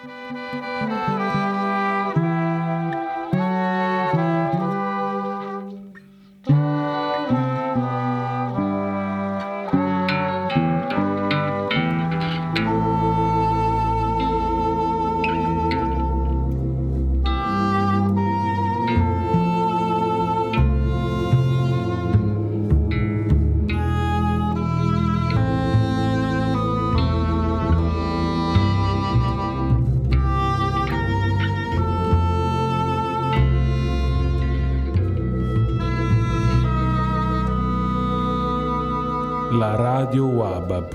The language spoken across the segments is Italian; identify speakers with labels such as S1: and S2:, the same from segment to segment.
S1: La Radio Wabab.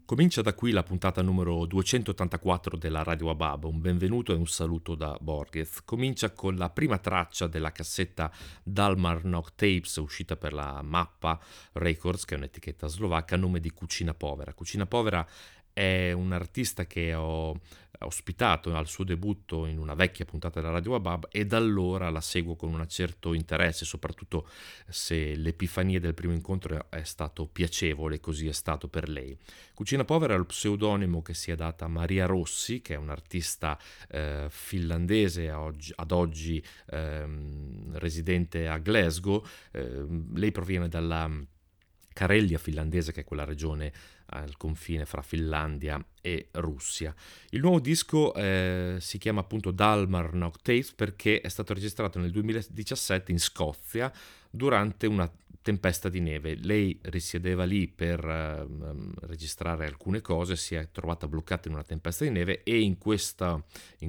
S2: Comincia da qui la puntata numero 284 della Radio Wabab. Un benvenuto e un saluto da Borghez. Comincia con la prima traccia della cassetta Dalmarnock Tapes, uscita per la Mappa Records, che è un'etichetta slovacca, a nome di Cucina Povera. Cucina Povera è un artista che ho ospitato al suo debutto in una vecchia puntata della Radio Wabab e da allora la seguo con un certo interesse, soprattutto se l'epifania del primo incontro è stato piacevole, così è stato per lei. Cucina Povera è lo pseudonimo che si è data Maria Rossi, che è un'artista finlandese ad oggi residente a Glasgow. Lei proviene dalla Karelia finlandese, che è quella regione al confine fra Finlandia e Russia. Il nuovo disco si chiama appunto Dalmarnock Tapes perché è stato registrato nel 2017 in Scozia durante una tempesta di neve. Lei risiedeva lì per registrare alcune cose, si è trovata bloccata in una tempesta di neve e in questo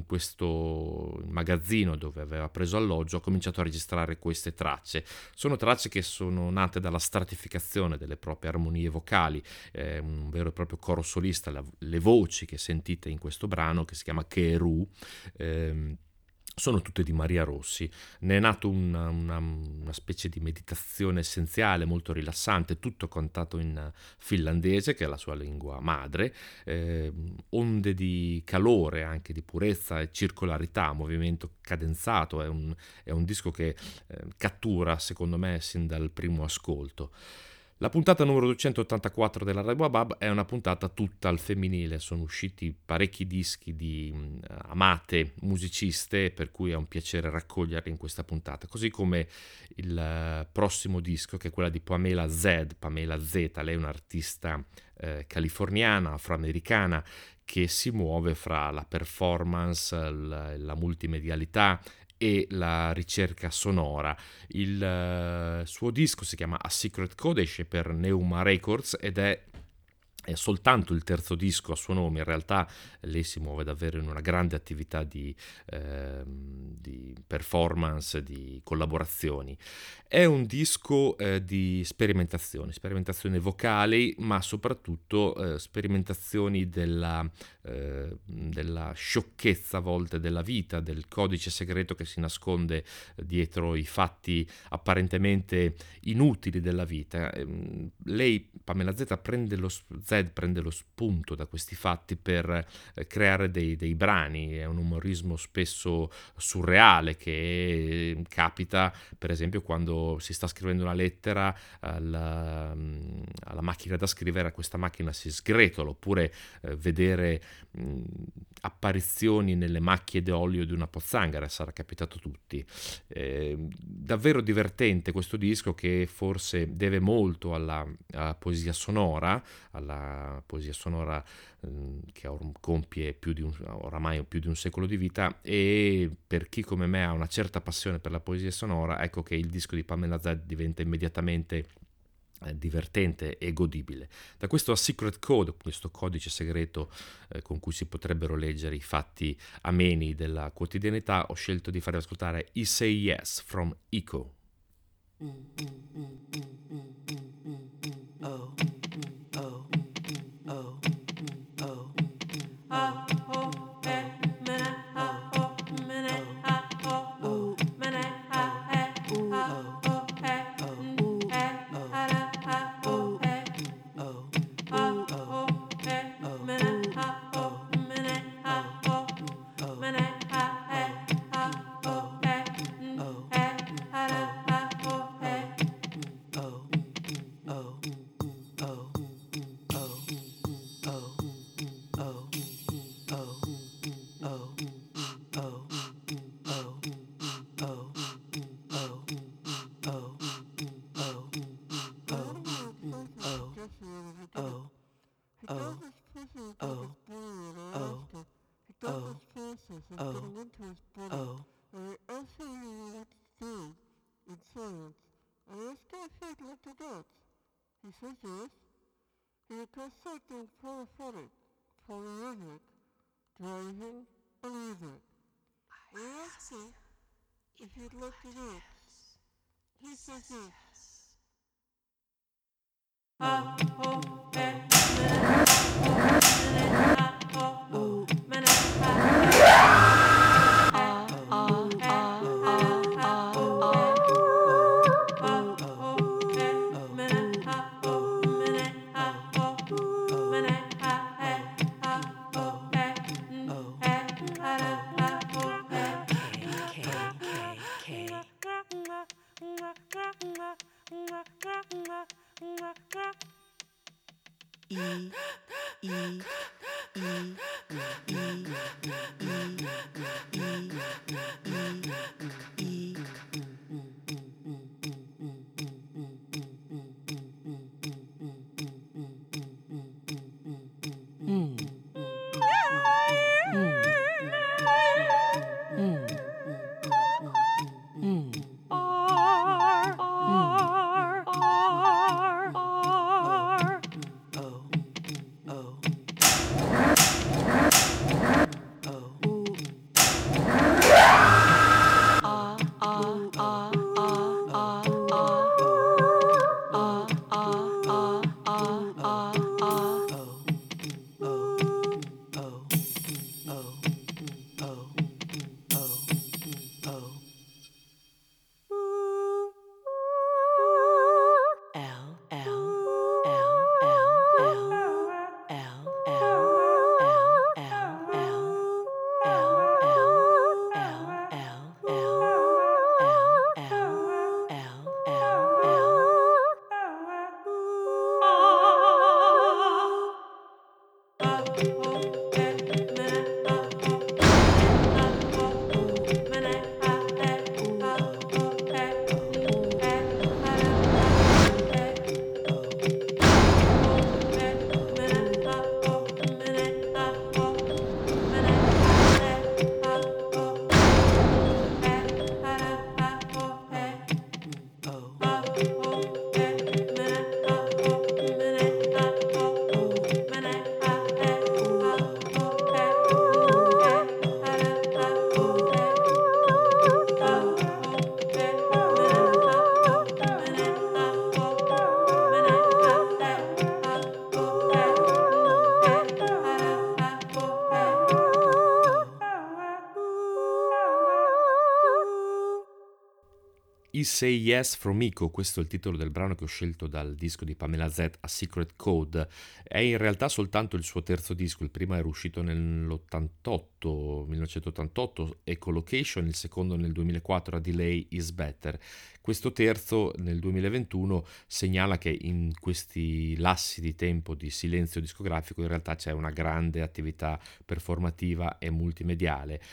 S2: magazzino dove aveva preso alloggio ha cominciato a registrare queste tracce. Sono tracce che sono nate dalla stratificazione delle proprie armonie vocali, un vero e proprio coro solista, le voci che sentite in questo brano che si chiama Keru, sono tutte di Maria Rossi. Ne è nato una specie di meditazione essenziale molto rilassante, tutto cantato in finlandese, che è la sua lingua madre, onde di calore, anche di purezza e circolarità, movimento cadenzato. È un disco che cattura, secondo me, sin dal primo ascolto. La puntata numero 284 della Radio Wabab è una puntata tutta al femminile, sono usciti parecchi dischi di amate musiciste, per cui è un piacere raccoglierli in questa puntata, così come il prossimo disco, che è quella di Pamela Z. Lei è un'artista californiana, afroamericana, che si muove fra la performance, la multimedialità e la ricerca sonora. Il suo disco si chiama A Secret Code, esce per Neuma Records ed è soltanto il terzo disco a suo nome. In realtà lei si muove davvero in una grande attività di performance, di collaborazioni. È un disco di sperimentazioni vocali, ma soprattutto sperimentazioni della sciocchezza a volte della vita, del codice segreto che si nasconde dietro i fatti apparentemente inutili della vita. Lei, Pamela Z, prende lo spunto da questi fatti per creare dei brani. È un umorismo spesso surreale che capita, per esempio, quando si sta scrivendo una lettera alla macchina da scrivere, questa macchina si sgretola, oppure vedere apparizioni nelle macchie d'olio di una pozzanghera, sarà capitato a tutti. Davvero divertente questo disco, che forse deve molto alla poesia sonora, che compie oramai più di un secolo di vita, e per chi come me ha una certa passione per la poesia sonora, ecco che il disco di Pamela Z diventa immediatamente divertente e godibile. Da questo A Secret Code, questo codice segreto con cui si potrebbero leggere i fatti ameni della quotidianità, ho scelto di farvi ascoltare I Say Yes from Eco. I Say Yes from Ico, questo è il titolo del brano che ho scelto dal disco di Pamela Z, A Secret Code. È in realtà soltanto il suo terzo disco, il primo era uscito nell'88, 1988, Echolocation, il secondo nel 2004, A Delay is Better. Questo terzo nel 2021 segnala che in questi lassi di tempo di silenzio discografico in realtà c'è una grande attività performativa e multimediale.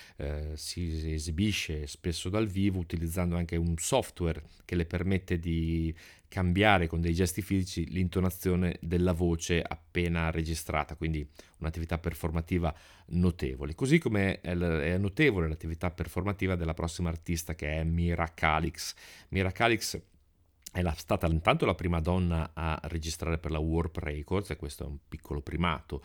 S2: Si esibisce spesso dal vivo utilizzando anche un software che le permette di cambiare con dei gesti fisici l'intonazione della voce appena registrata, quindi un'attività performativa notevole. Così come è notevole l'attività performativa della prossima artista, che è Mira Calix. Mira Calix è stata intanto la prima donna a registrare per la Warp Records, e questo è un piccolo primato,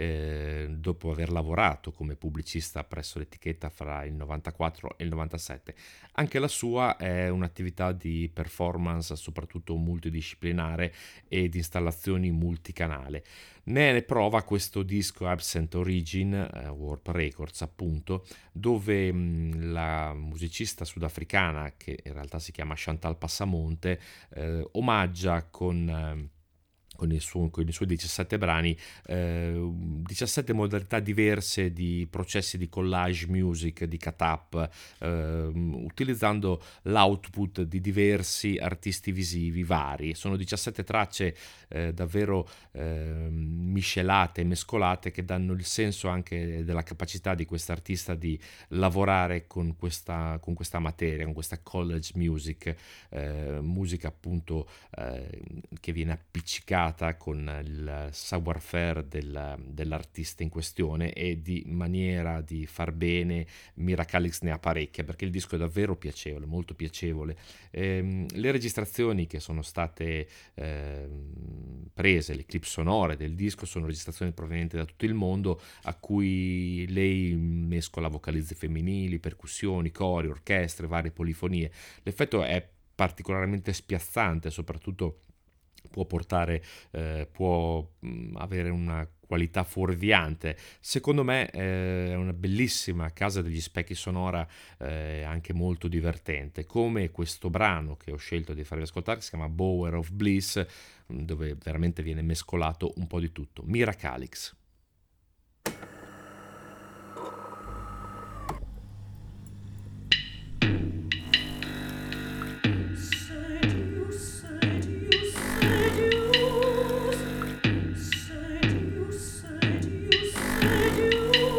S2: dopo aver lavorato come pubblicista presso l'etichetta fra il 94 e il 97. Anche la sua è un'attività di performance soprattutto multidisciplinare e di installazioni multicanale. Ne prova questo disco Absent Origin, Warp Records appunto, dove la musicista sudafricana, che in realtà si chiama Chantal Passamonte, omaggia con i suoi 17 brani, 17 modalità diverse di processi di collage music, di cut-up, utilizzando l'output di diversi artisti visivi vari. Sono 17 tracce davvero miscelate, mescolate, che danno il senso anche della capacità di quest'artista di lavorare con questa materia, con questa college music, musica appunto che viene appiccicata con il savoir-faire dell'artista in questione, e di maniera di far bene Mira Calix ne ha parecchie, perché il disco è davvero piacevole, molto piacevole. Le registrazioni che sono state prese, le clip sonore del disco, sono registrazioni provenienti da tutto il mondo, a cui lei mescola vocalizzi femminili, percussioni, cori, orchestre, varie polifonie. L'effetto è particolarmente spiazzante, soprattutto può avere una qualità fuorviante. Secondo me è una bellissima casa degli specchi sonora, anche molto divertente, come questo brano che ho scelto di farvi ascoltare, che si chiama Bower of Bliss, dove veramente viene mescolato un po' di tutto. Mira Calix.
S3: Seduce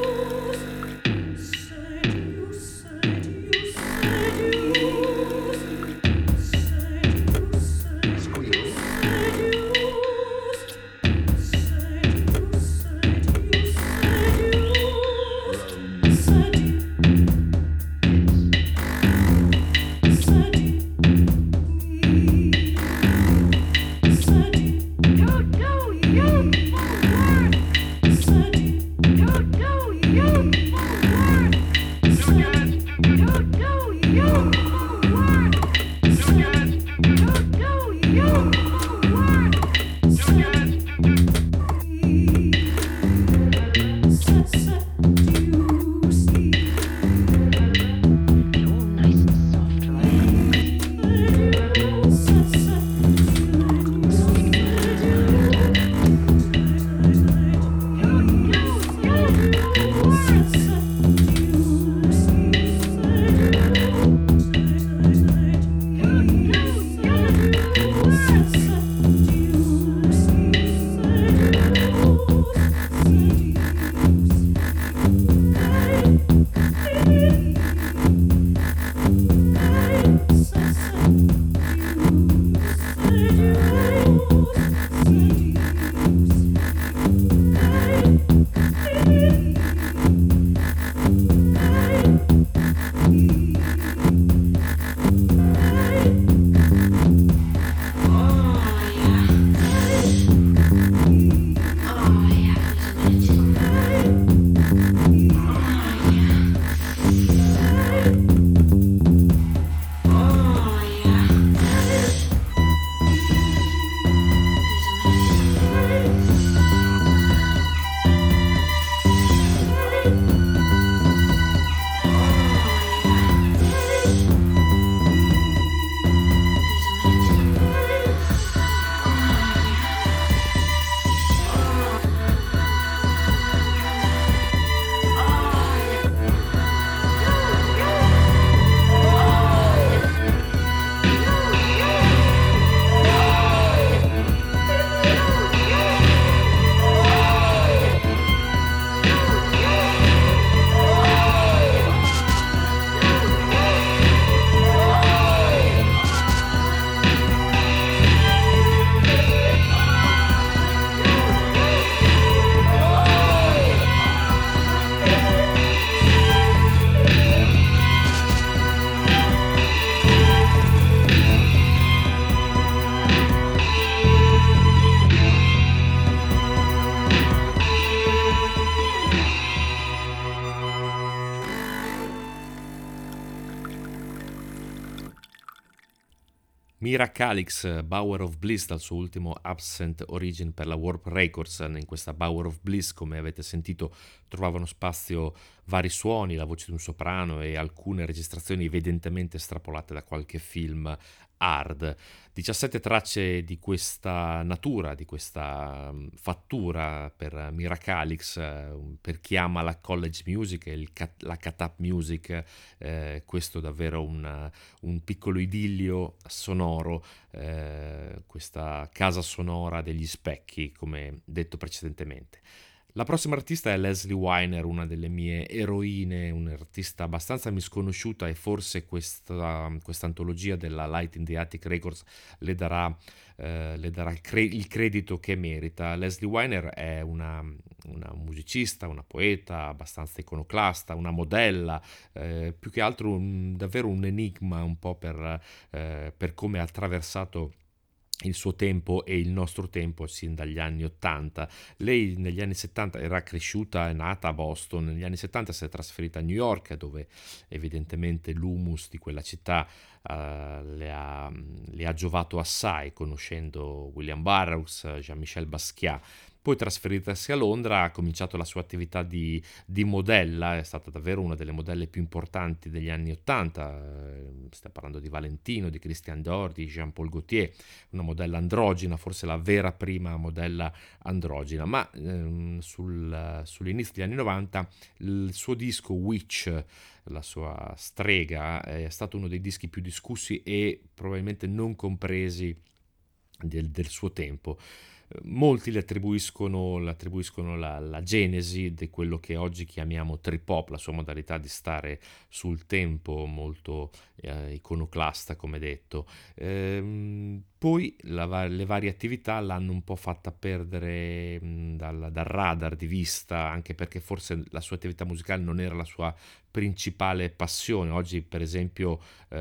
S2: Mira Calix, Bower of Bliss, dal suo ultimo Absent Origin per la Warp Records. In questa Bower of Bliss, come avete sentito, trovavano spazio vari suoni, la voce di un soprano e alcune registrazioni evidentemente estrapolate da qualche film hard. 17 tracce di questa natura, di questa fattura per Mira Calix, per chi ama la college music e la cat-up music. Questo è davvero un piccolo idillio sonoro, questa casa sonora degli specchi, come detto precedentemente. La prossima artista è Leslie Weiner, una delle mie eroine, un'artista abbastanza misconosciuta, e forse questa antologia della Light in the Attic Records le darà il credito che merita. Leslie Weiner è una musicista, una poeta abbastanza iconoclasta, una modella, più che altro davvero un enigma un po' per come ha attraversato il suo tempo e il nostro tempo sin dagli anni 80. Lei negli anni 70 era cresciuta, è nata a Boston, negli anni 70 si è trasferita a New York, dove evidentemente l'humus di quella città le ha giovato assai, conoscendo William Burroughs, Jean-Michel Basquiat. Poi trasferitasi a Londra ha cominciato la sua attività di modella, è stata davvero una delle modelle più importanti degli anni 80, stiamo parlando di Valentino, di Christian Dior, di Jean-Paul Gaultier, una modella androgina, forse la vera prima modella androgina, ma sull'inizio degli anni 90 il suo disco Witch, la sua strega, è stato uno dei dischi più discussi e probabilmente non compresi del suo tempo. Molti le attribuiscono la genesi di quello che oggi chiamiamo trip hop, la sua modalità di stare sul tempo, molto iconoclasta, come detto. Poi le varie attività l'hanno un po' fatta perdere dal radar di vista, anche perché forse la sua attività musicale non era la sua principale passione. Oggi, per esempio,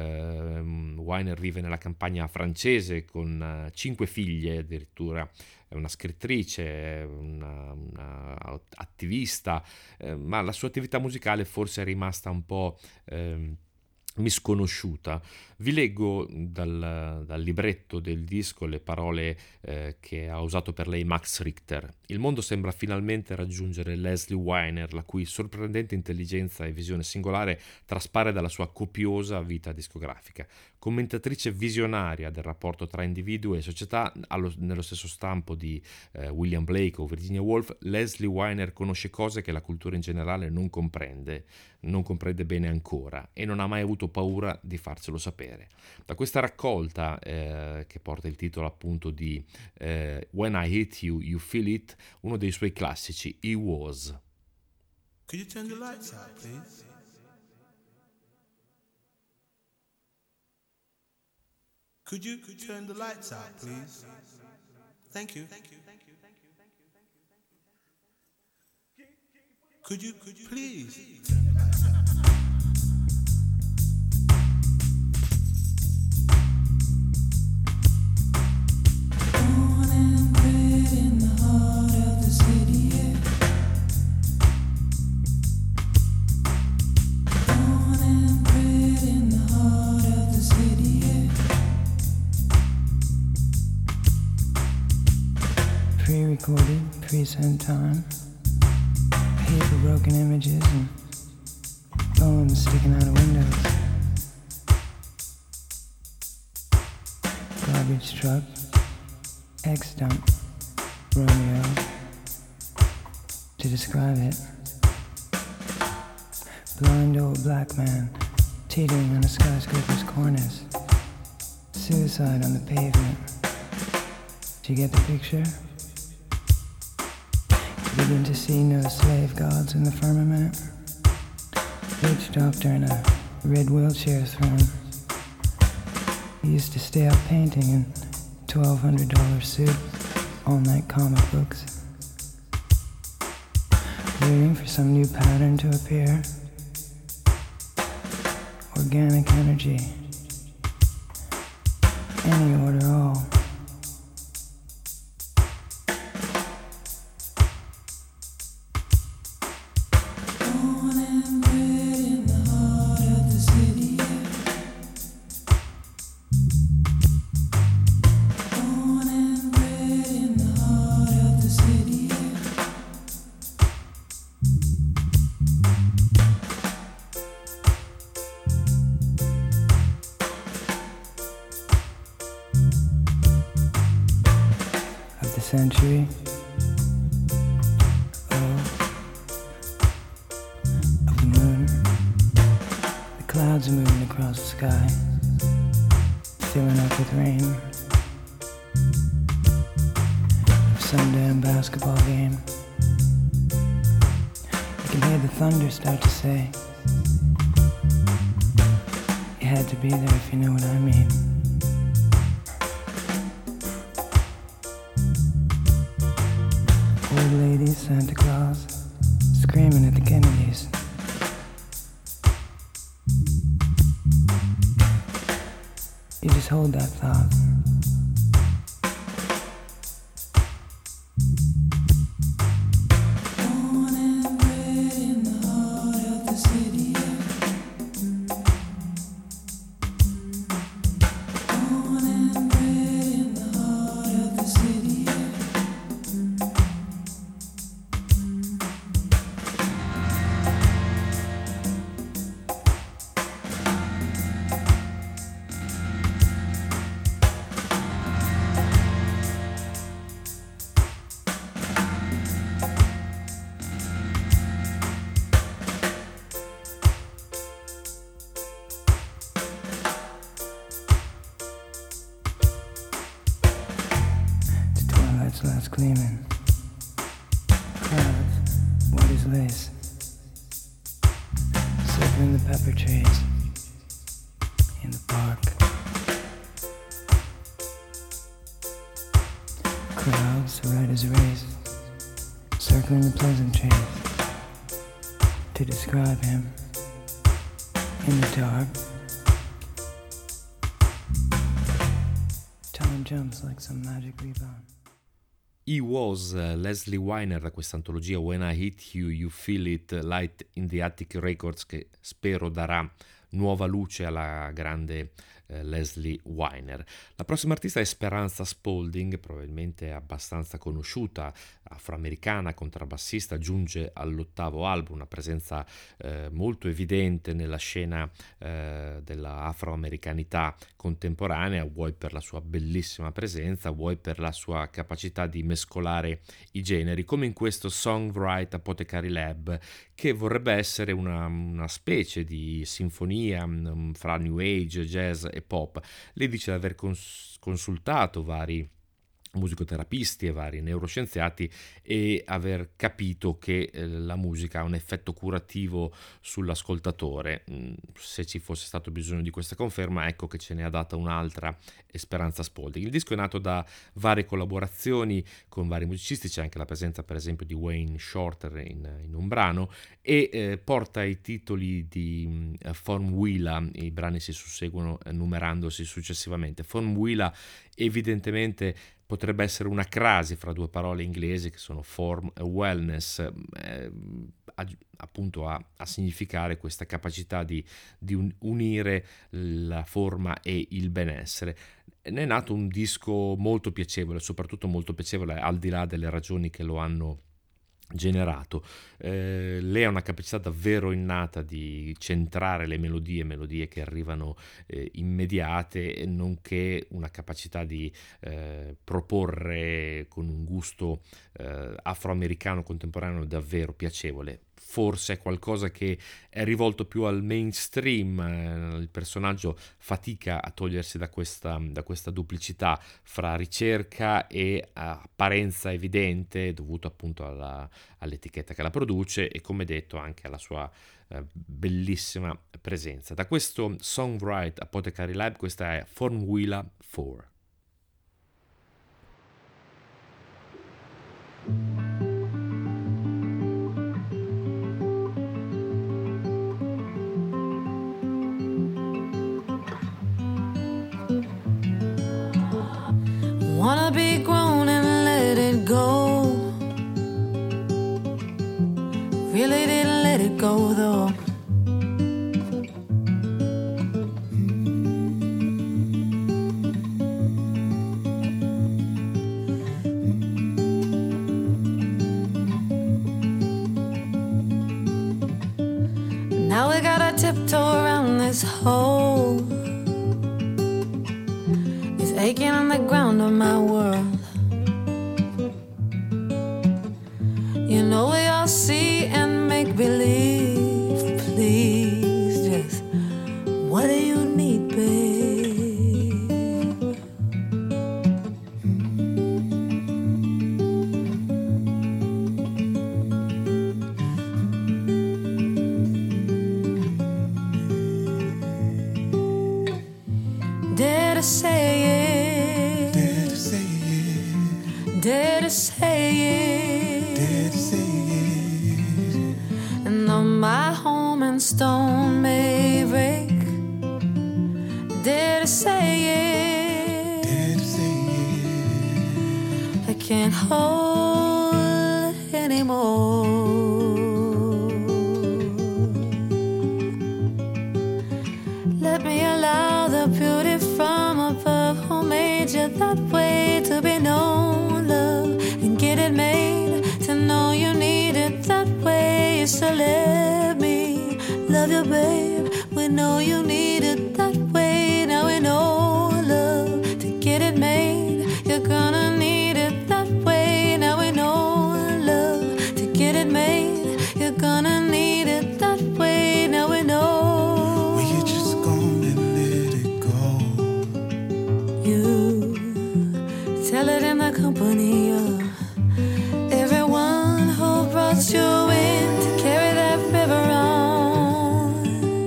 S2: Weiner vive nella campagna francese con 5 figlie addirittura. È una scrittrice, una attivista, ma la sua attività musicale forse è rimasta un po' misconosciuta. Vi leggo dal libretto del disco le parole che ha usato per lei Max Richter. Il mondo sembra finalmente raggiungere Leslie Weiner, la cui sorprendente intelligenza e visione singolare traspare dalla sua copiosa vita discografica. Commentatrice visionaria del rapporto tra individuo e società, nello stesso stampo di William Blake o Virginia Woolf, Leslie Weiner conosce cose che la cultura in generale non comprende bene ancora, e non ha mai avuto paura di farcelo sapere. Da questa raccolta, che porta il titolo appunto di When I Hit You, You Feel It, uno dei suoi classici, He Was.
S3: Could you turn the lights out, please? Could you turn the lights out, please? Thank you. Could you please turn the lights out?
S4: Born and bred in the heart of the city, yeah. Born and bred in the heart of the city, yeah. Pre-recorded, pre-sent time. Heap of broken images and bones sticking out of windows. Garbage truck, X-dump, Romeo, to describe it. Blind old black man, teetering on a skyscraper's cornice. Suicide on the pavement. Do you get the picture? Begin to see no slave gods in the firmament. Witch doctor in a red wheelchair throne. He used to stay up painting in $1,200 suit, all-night comic books. Waiting for some new pattern to appear. Organic energy. Any order, all. century. Oh, of the moon. The clouds are moving across the sky, filling up with rain. Of some damn basketball game. I can hear the thunder start to say, you had to be there if you know what I mean. Old lady Santa Claus screaming at the Kennedys. You just hold that thought. Lights gleaming, clouds, white as lace, circling the pepper trees in the park. Clouds, red as race, circling the pleasant trees to describe him in the dark. Time jumps like some magic rebound.
S2: He Was Leslie Weiner da questa antologia When I Hit You, You Feel It, Light in the Attic Records, che spero darà nuova luce alla grande Leslie Weiner. La prossima artista è Esperanza Spalding, probabilmente abbastanza conosciuta, afroamericana, contrabbassista, giunge all'8º album, una presenza molto evidente nella scena della afroamericanità contemporanea, vuoi per la sua bellissima presenza, vuoi per la sua capacità di mescolare i generi, come in questo Songwrite Apothecary Lab, che vorrebbe essere una specie di sinfonia fra New Age, jazz e pop. Lei dice di aver consultato vari musicoterapisti e vari neuroscienziati e aver capito che la musica ha un effetto curativo sull'ascoltatore. Se ci fosse stato bisogno di questa conferma, ecco che ce ne ha data un'altra Esperanza Spalding. Il disco è nato da varie collaborazioni con vari musicisti, c'è anche la presenza per esempio di Wayne Shorter in un brano, e porta i titoli di Formula. I brani si susseguono numerandosi successivamente. Formula evidentemente potrebbe essere una crasi fra due parole inglesi che sono form e wellness, appunto a significare questa capacità di unire la forma e il benessere. Ne è nato un disco molto piacevole, soprattutto molto piacevole al di là delle ragioni che lo hanno generato. Lei ha una capacità davvero innata di centrare le melodie che arrivano immediate, nonché una capacità di proporre con un gusto afroamericano contemporaneo davvero piacevole. Forse è qualcosa che è rivolto più al mainstream, il personaggio fatica a togliersi da questa duplicità fra ricerca e apparenza evidente, dovuto appunto all'etichetta che la produce e, come detto, anche alla sua bellissima presenza. Da questo Songwrite Apothecary Lab, questa è Formula 4.
S5: Wanna be grown and let it go. Really didn't let it go though. Now we gotta tiptoe around this hole. It's aching on the ground of my world. stone may break. Dare to say it.
S3: Dare to say it.
S5: I can't hold it anymore. Let me allow the beauty from above who made you that way to be known, love, and get it made to know you need it that way. So let me love you, babe. We know you need it that way. Now we know, love, to get it made, you're gonna need it that way. Now we know, love, to get it made, you're gonna need it that way. Now we know.
S3: Well, you're just gonna let it go.
S5: You tell it in the company of everyone who brought you in to carry that river on.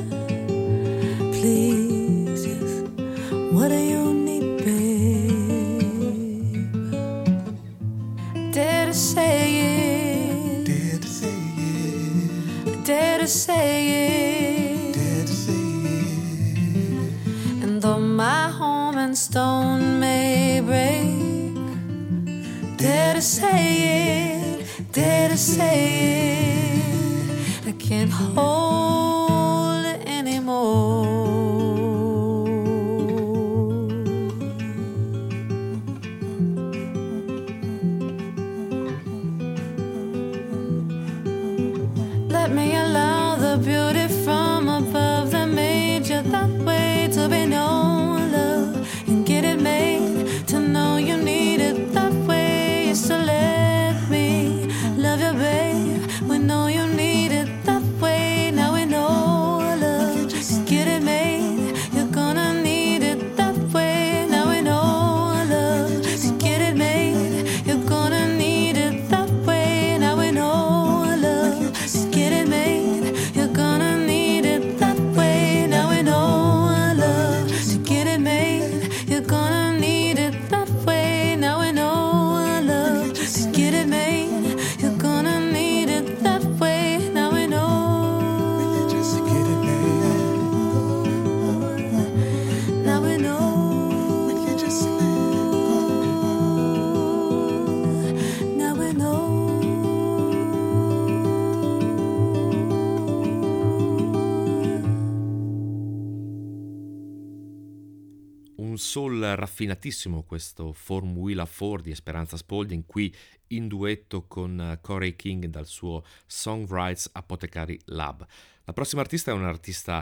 S5: Please, yes, what do you need, babe? Dare to say it.
S3: Dare to say it.
S5: Dare to say it.
S3: Dare to say it.
S5: And though my home and stone may break, dare to say it, dare to say it. I can't hold it anymore. Let me allow the beauty from above that made you that way to be known, love, and get it made to know you need it that way. So let me love you, babe. We know you need it that way. Now we know, love, to get it made, you're gonna need it that way. Now we know, love, to get it made, you're gonna need it that way. Now we know, love, to get it made, you're gonna need it that way. Now we know, love, to get it made, you're gonna need it that way. Now we know, love, to get it made, you're gonna need it that way. Now we know.
S3: Just to get it made.
S5: Now we know.
S3: We can just let it go.
S5: Now we know.
S2: Un soul raffinatissimo questo Formula 4 di Esperanza Spalding, qui in duetto con Corey King dal suo Songwrites Apothecary Lab. La prossima artista è un'artista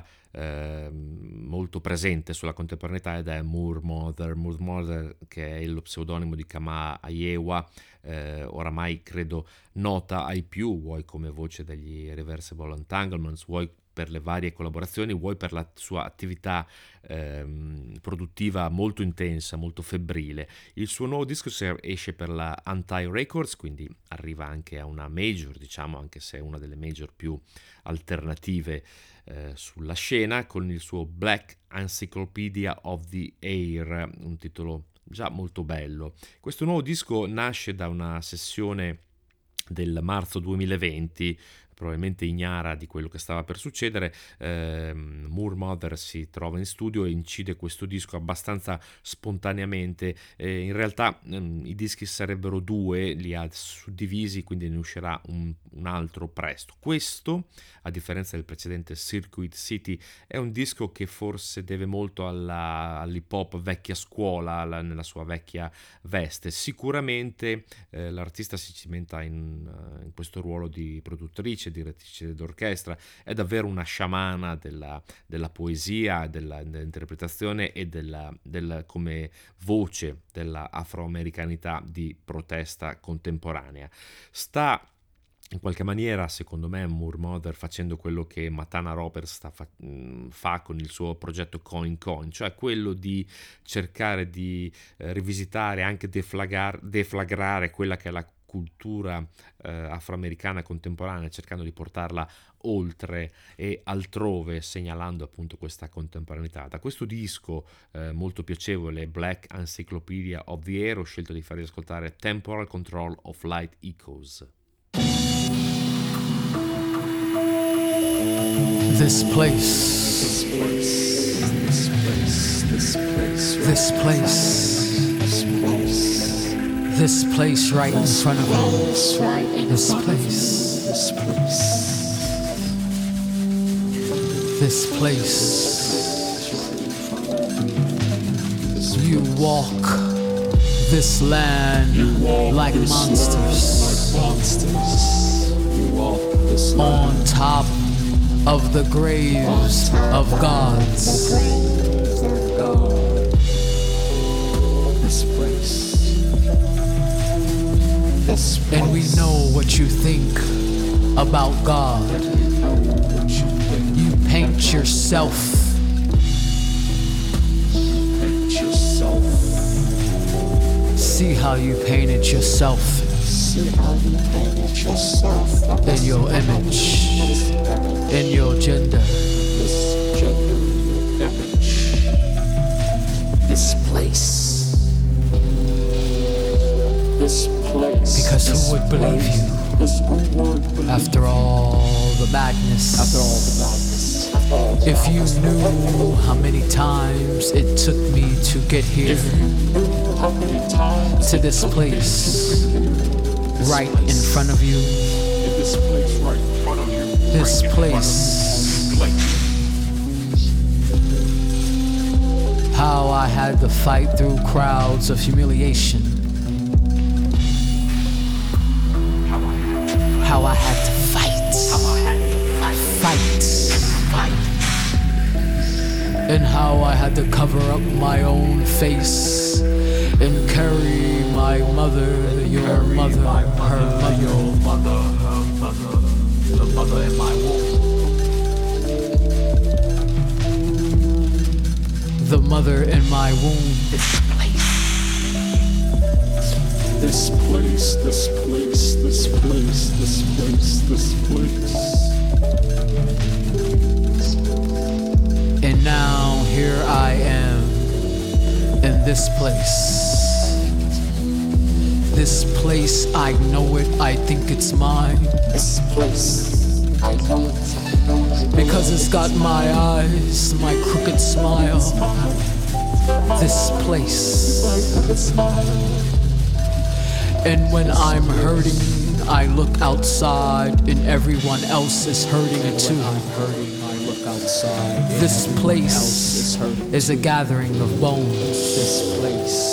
S2: molto presente sulla contemporaneità ed è Moor Mother, che è lo pseudonimo di Kama Ayewa, oramai credo nota ai più, vuoi come voce degli Irreversible Entanglements, vuoi per le varie collaborazioni, vuoi per la sua attività produttiva molto intensa, molto febbrile. Il suo nuovo disco esce per la Anti Records, quindi arriva anche a una major, diciamo, anche se è una delle major più alternative sulla scena, con il suo Black Encyclopedia of the Air, un titolo già molto bello. Questo nuovo disco nasce da una sessione del marzo 2020, probabilmente ignara di quello che stava per succedere. Moor Mother si trova in studio e incide questo disco abbastanza spontaneamente. In realtà i dischi sarebbero due, li ha suddivisi, quindi ne uscirà un altro presto. Questo, a differenza del precedente Circuit City, è un disco che forse deve molto all'hip hop vecchia scuola, nella sua vecchia veste. Sicuramente l'artista si cimenta in questo ruolo di produttrice, direttrice d'orchestra, è davvero una sciamana della poesia, dell'interpretazione e come voce della afroamericanità di protesta contemporanea. Sta in qualche maniera, secondo me, Moor Mother facendo quello che Matana Roberts fa con il suo progetto Coin Coin, cioè quello di cercare di rivisitare, anche deflagrare quella che è la cultura afroamericana contemporanea, cercando di portarla oltre e altrove, segnalando appunto questa contemporaneità. Da questo disco molto piacevole, Black Encyclopedia of the Air, ho scelto di farvi ascoltare Temporal Control of Light Echoes.
S6: This place. This place. This place right in front of you. This place. This place. You walk this land like monsters on top of the graves of gods. This place. And we know what you think about God. You paint yourself. See how you painted yourself in your image, in your gender. This place. Because who would believe you after all the madness? If you knew how many times it took me to get here, to this place right in front of you, this place, how I had to fight through crowds of humiliation, how I had to fight, and how I had to cover up my own face and carry my mother, your mother, her mother, the mother in my womb, the mother in my womb. This place, this place, this place, this place, this place. And now here I am in this place. This place, I know it, I think it's mine. This place, I know it. Because it's got my eyes, my crooked smile. This place. And when I'm hurting, I look outside and everyone else is hurting too. This place is a gathering of bones. This place.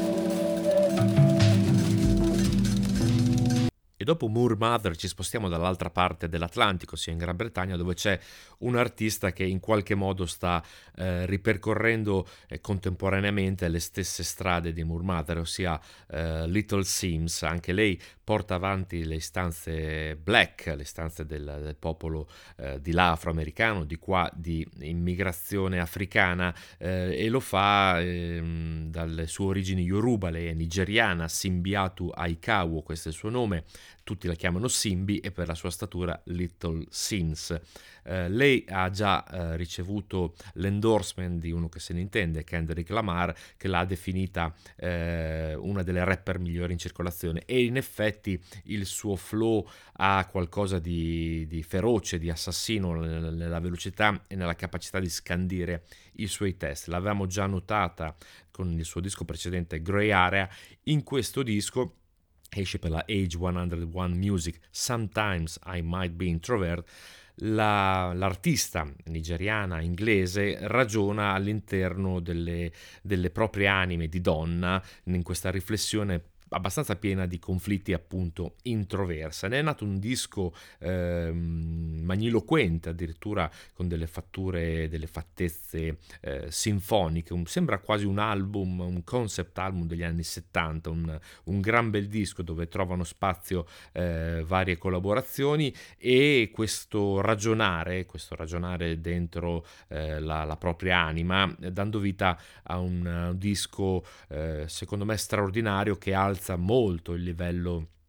S2: E dopo Moor Mother ci spostiamo dall'altra parte dell'Atlantico, sia in Gran Bretagna, dove c'è un artista che in qualche modo sta ripercorrendo contemporaneamente le stesse strade di Moor Mother, ossia Little Sims. Anche lei porta avanti le istanze black, le istanze del popolo di là afroamericano, di qua di immigrazione africana, e lo fa dalle sue origini Yoruba. Lei è nigeriana, Simbiatu Aikawo, questo è il suo nome. Tutti la chiamano Simbi e per la sua statura Little Sims. Lei ha già ricevuto l'endorsement di uno che se ne intende, Kendrick Lamar, che l'ha definita una delle rapper migliori in circolazione, e in effetti il suo flow ha qualcosa di feroce, di assassino nella velocità e nella capacità di scandire i suoi testi. L'avevamo già notata con il suo disco precedente Grey Area. In questo disco esce per la Age 101 Music Sometimes I Might Be Introvert. L'artista nigeriana inglese ragiona all'interno delle proprie anime di donna in questa riflessione abbastanza piena di conflitti, appunto introversa. Ne è nato un disco magniloquente, addirittura con delle fatture, delle fattezze sinfoniche. Sembra quasi un album, un concept album degli anni 70, un gran bel disco dove trovano spazio varie collaborazioni, e questo ragionare dentro la propria anima, dando vita a un disco secondo me straordinario, che alza molto il livello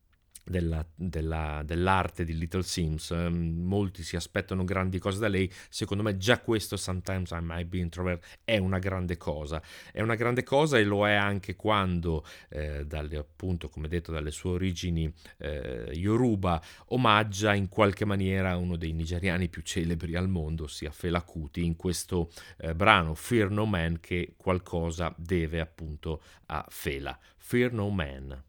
S2: dell'arte di Little Sims. Molti si aspettano grandi cose da lei. Secondo me già questo Sometimes I Might Be Introvert è una grande cosa, e lo è anche quando appunto, come detto, dalle sue origini Yoruba, omaggia in qualche maniera uno dei nigeriani più celebri al mondo, ossia Fela Kuti, in questo brano Fear No Man, che qualcosa deve appunto a Fela. Fear No Man.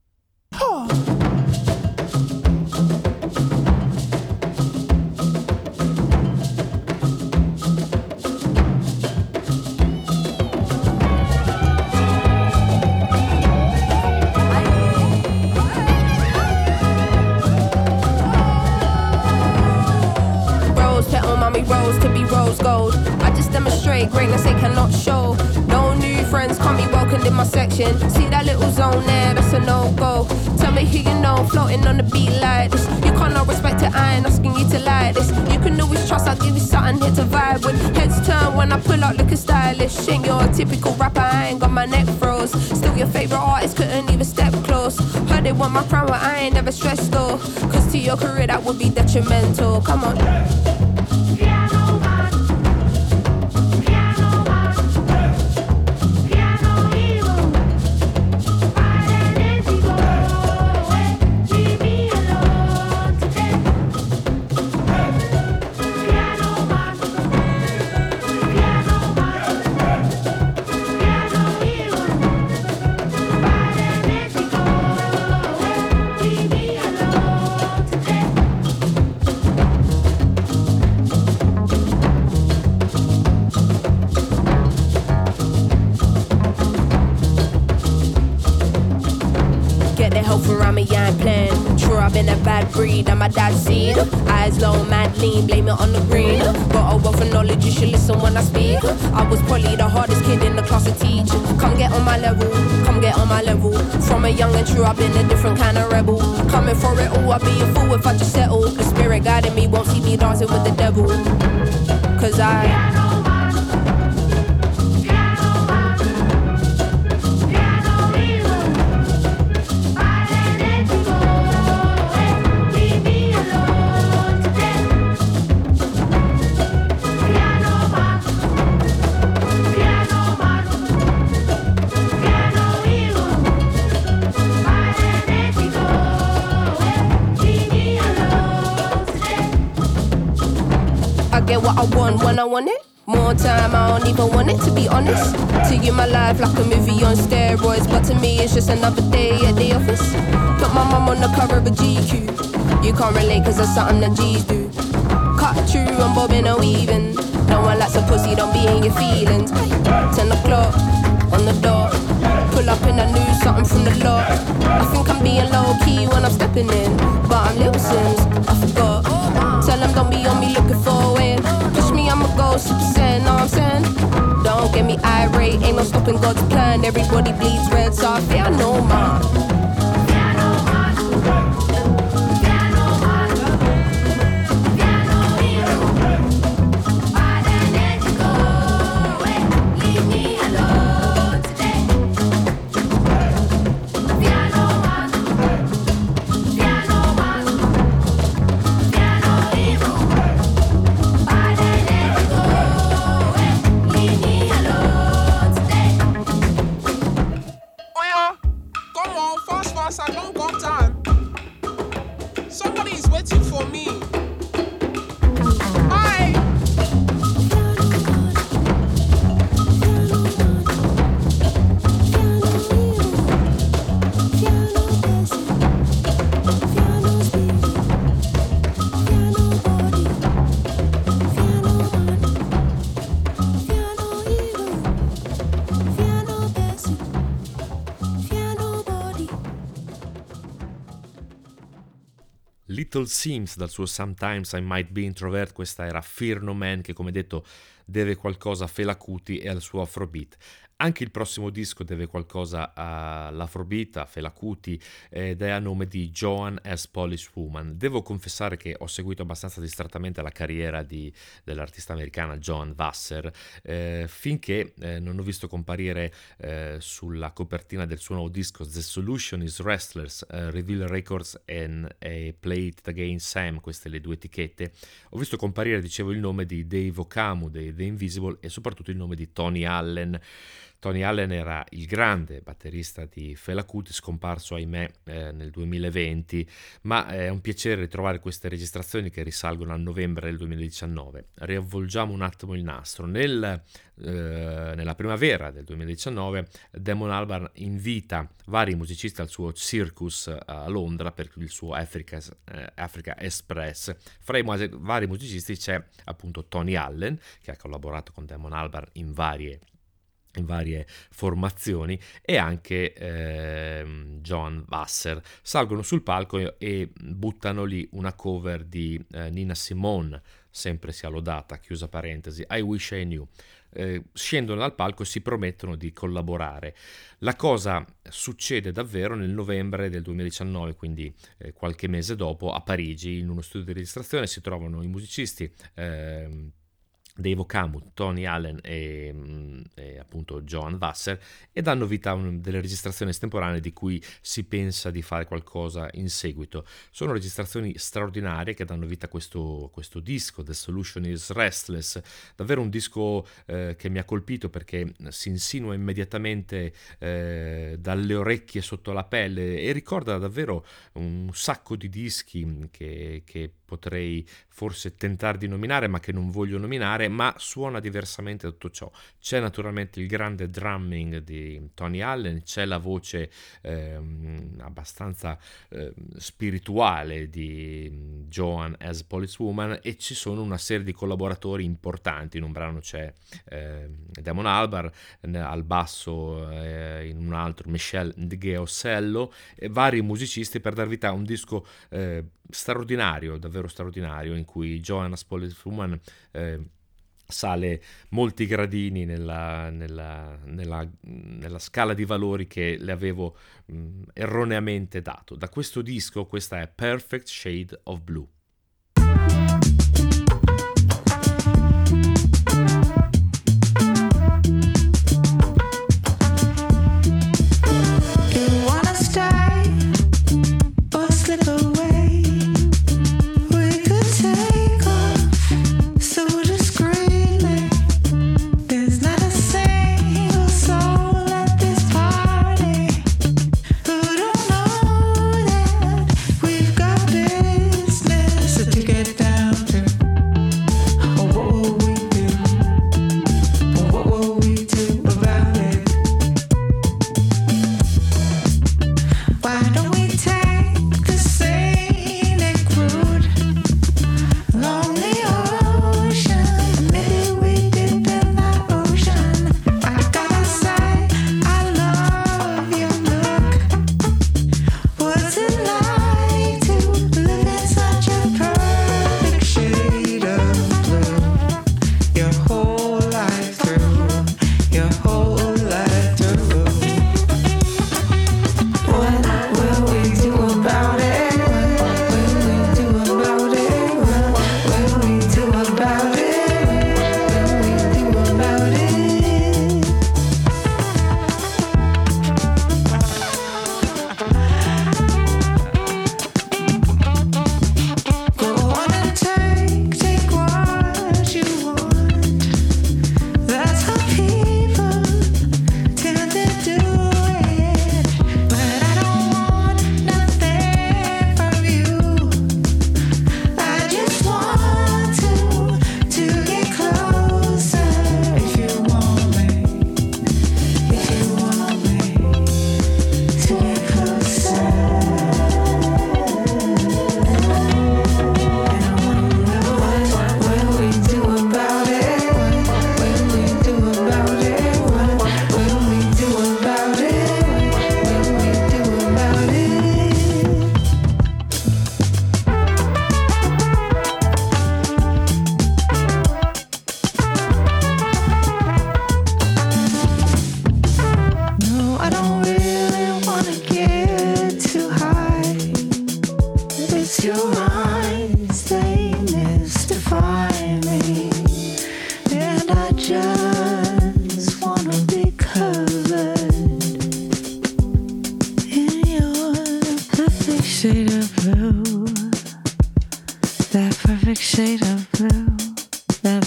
S7: Rose petal, mommy rose to be rose gold. I just demonstrate greatness they cannot show. No new friends can't be welcomed in my section. See that little zone there, that's a no-go. Tell me who you know, floating on the beat like this. You can't not respect it, I ain't asking you to like this. You can always trust, I'll give you something here to vibe with. Heads turn when I pull out looking stylish. Ain't your typical rapper, I ain't got my neck froze. Still your favourite artist, couldn't even step close. Heard they want my crown, but I ain't never stressed though. Cause to your career that would be detrimental. Come on. Breed, I'm my dad's seed. Eyes low, mad lean, blame it on the green. Got a wealth of knowledge, you should listen when I speak. I was probably the hardest kid in the class to teach. Come get on my level, come get on my level. From a young and true, I've been a different kind of rebel. Coming for it all, I'd be a fool if I just settle. The spirit guiding me won't see me dancing with the devil. Cause what I want when I want it. More time, I don't even want it, to be honest. To you, my life like a movie on steroids, but to me it's just another day at the office. Put my mum on the cover of a GQ. You can't relate cause that's something that G's do. Cut through, I'm bobbing and weaving. No one likes a pussy, don't be in your feelings. 10 o'clock, on the dot. Pull up in that new something from the lot. I think I'm being low key when I'm stepping in, but I'm Little Sims, I forgot. Tell them don't be on me looking for a win. Push me, I'ma go Super Saiyan, know what I'm saying? Don't get me irate, ain't no stopping God's plan. Everybody bleeds red, so I fear no man.
S2: Little Sims dal suo Sometimes I Might Be Introvert. Questa era Fear No Man, che come detto deve qualcosa a Fela Kuti e al suo Afrobeat. Anche il prossimo disco deve qualcosa all'Afrobeat, a Fela Kuti, ed è a nome di Joan as Polish Woman. Devo confessare che ho seguito abbastanza distrattamente la carriera dell'artista americana Joan Wasser, finché non ho visto comparire sulla copertina del suo nuovo disco The Solution is Restless, Reveal Records e Play It Again Sam, queste le due etichette. Ho visto comparire, dicevo, il nome di Dave Okamu dei The Invisible e soprattutto il nome di Tony Allen. Tony Allen era il grande batterista di Fela Kuti, scomparso ahimè nel 2020, ma è un piacere ritrovare queste registrazioni che risalgono a novembre del 2019. Riavvolgiamo un attimo il nastro. Nella primavera del 2019 Damon Albarn invita vari musicisti al suo Circus a Londra per il suo Africa Express. Fra i vari musicisti c'è appunto Tony Allen, che ha collaborato con Damon Albarn in varie formazioni, e anche Joan Wasser. Salgono sul palco e buttano lì una cover di Nina Simone, sempre sia lodata, chiusa parentesi, I Wish I Knew. Scendono dal palco e si promettono di collaborare. La cosa succede davvero nel novembre del 2019, quindi qualche mese dopo, a Parigi, in uno studio di registrazione si trovano i musicisti Dave Okamu, Tony Allen e appunto Joan Wasser, e danno vita a delle registrazioni estemporanee di cui si pensa di fare qualcosa in seguito. Sono registrazioni straordinarie che danno vita a questo disco, The Solution is Restless, davvero un disco che mi ha colpito perché si insinua immediatamente dalle orecchie sotto la pelle e ricorda davvero un sacco di dischi che potrei forse tentare di nominare ma che non voglio nominare, ma suona diversamente da tutto ciò. C'è naturalmente il grande drumming di Tony Allen, c'è la voce abbastanza spirituale di Joan as Polish Woman e ci sono una serie di collaboratori importanti. In un brano c'è Damon Albarn, al basso in un altro Michel Ngeosello, e vari musicisti per dar vita a un disco straordinario, davvero straordinario, in cui Joan as Polish Woman sale molti gradini nella scala di valori che le avevo erroneamente dato. Da questo disco, questa è Perfect Shade of Blue.
S5: Business.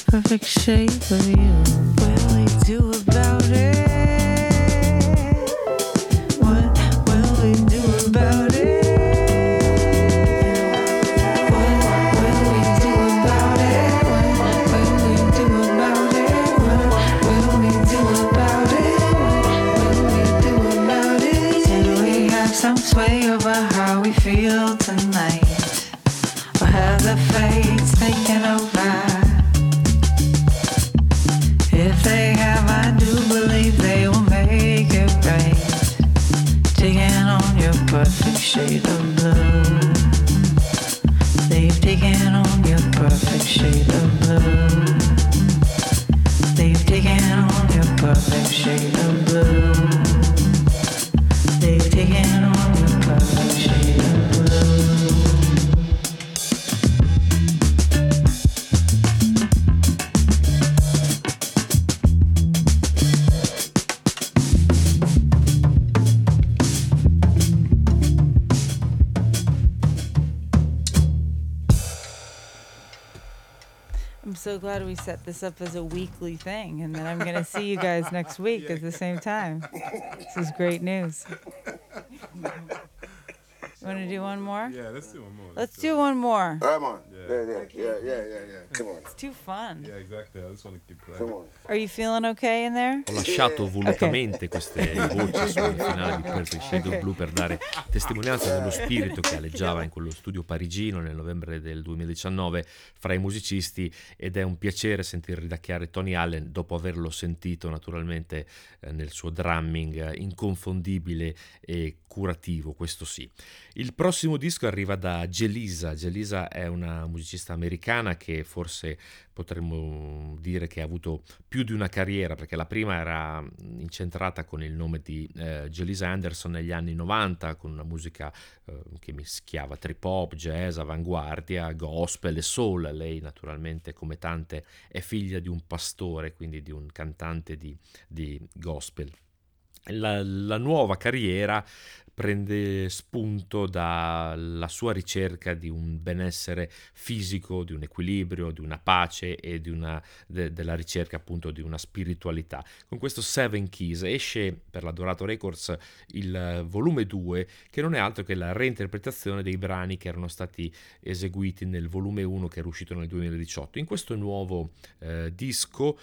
S5: perfect shape of you. What will we do about it? What will we do about it? Some sway over how we feel tonight, or have the fates taken over? If they have, I do believe they will make it right, taking on your perfect shade of blue. They've taken on your perfect shade of blue. They've taken on your perfect shade of blue. They've taken on your perfect shade of blue. I'm so glad we set this up as a weekly thing, and then I'm going to see you guys next week at the same time. This is great news. You want to do one more?
S1: Yeah, let's do one more.
S5: Let's do one more.
S8: Come on.
S1: Yeah.
S8: Yeah. Come on.
S5: It's too fun.
S1: Yeah, exactly. I just want to keep playing.
S8: Come on.
S5: Are you feeling okay in there?
S2: Ho lasciato volutamente queste voci sul finale di Perfect Shade of Blue per dare testimonianza dello spirito che aleggiava in quello studio parigino nel novembre del 2019 fra i musicisti, ed è un piacere sentir ridacchiare Tony Allen dopo averlo sentito naturalmente nel suo drumming inconfondibile e curativo, questo sì. Il prossimo disco arriva da Jelisa. Jelisa è una musicista americana che forse potremmo dire che ha avuto più di una carriera, perché la prima era incentrata con il nome di Jelisa Anderson negli anni 90, con una musica che mischiava trip hop, jazz, avanguardia, gospel e soul. Lei naturalmente, come tante, è figlia di un pastore, quindi di un cantante di gospel. La nuova carriera prende spunto dalla sua ricerca di un benessere fisico, di un equilibrio, di una pace e della ricerca appunto di una spiritualità. Con questo Seven Keys esce per la Dorato Records il volume 2, che non è altro che la reinterpretazione dei brani che erano stati eseguiti nel volume 1, che era uscito nel 2018. In questo nuovo disco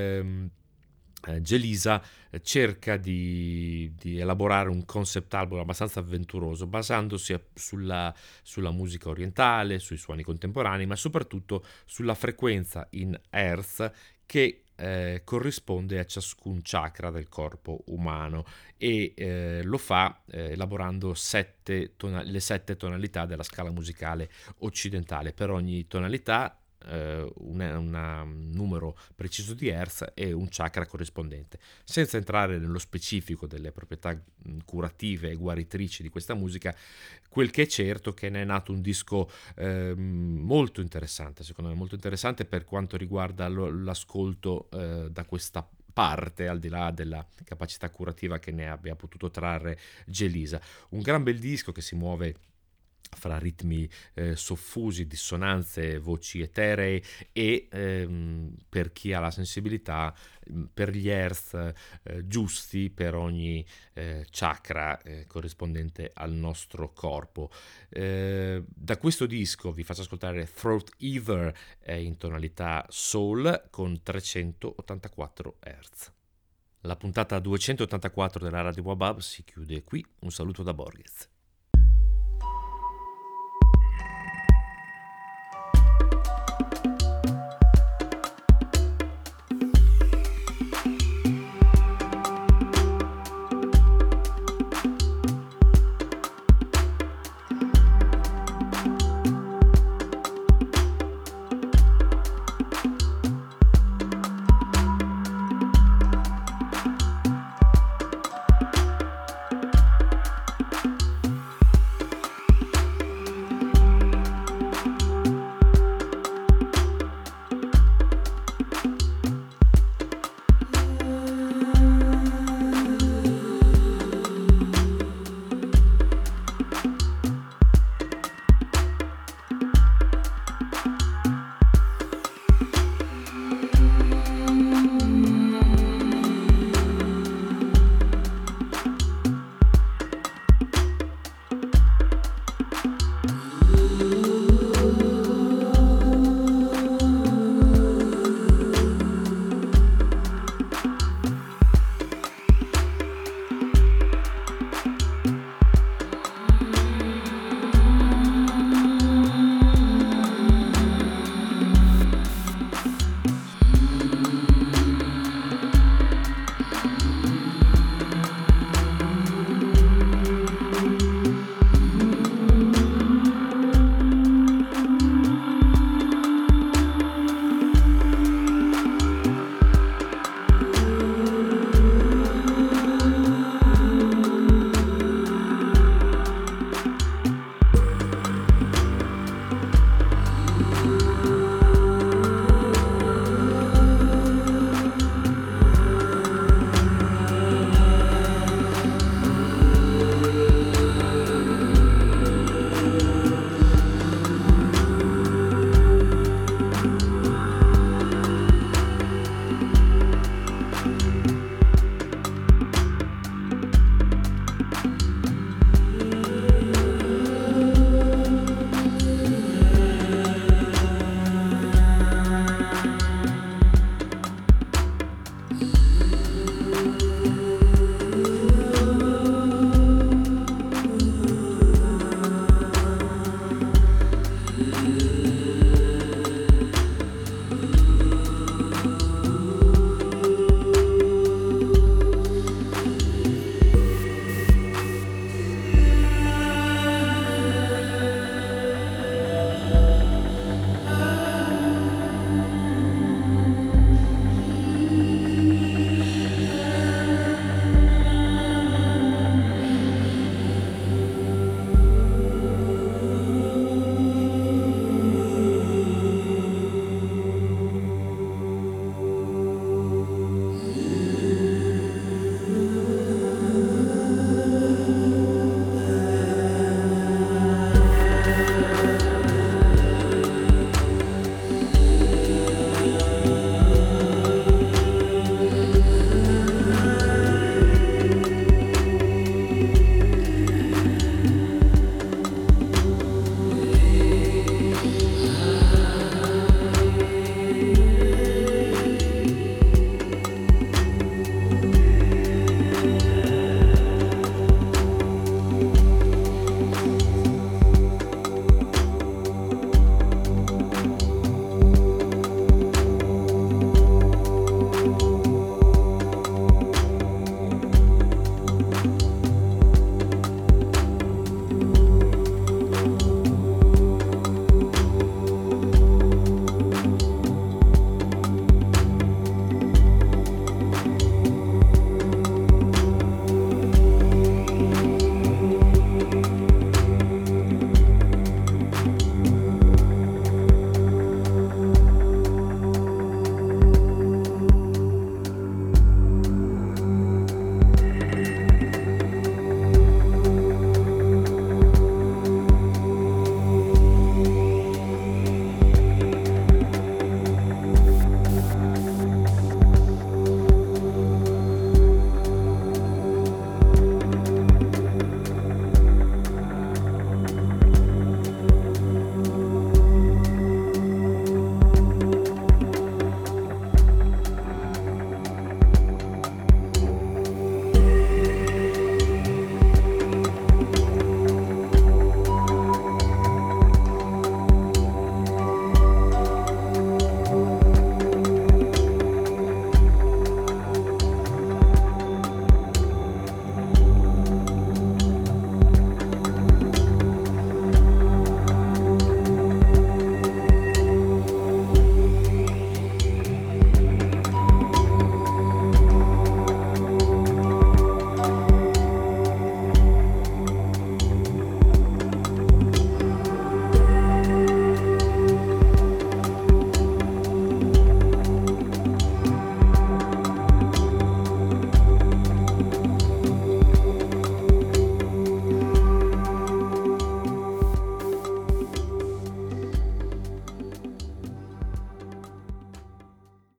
S2: Jelisa cerca di elaborare un concept album abbastanza avventuroso, basandosi sulla musica orientale, sui suoni contemporanei, ma soprattutto sulla frequenza in Hertz che corrisponde a ciascun chakra del corpo umano, e lo fa elaborando le 7 tonalità della scala musicale occidentale. Per ogni tonalità un numero preciso di hertz e un chakra corrispondente. Senza entrare nello specifico delle proprietà curative e guaritrici di questa musica, quel che è certo è che ne è nato un disco molto interessante, secondo me molto interessante per quanto riguarda l'ascolto da questa parte, al di là della capacità curativa che ne abbia potuto trarre Jelisa. Un gran bel disco che si muove fra ritmi soffusi, dissonanze, voci eteree e per chi ha la sensibilità, per gli hertz giusti per ogni chakra corrispondente al nostro corpo. Da questo disco vi faccio ascoltare Throat Eater in tonalità soul con 384 hertz. La puntata 284 della Radio Wabab si chiude qui. Un saluto da Borges.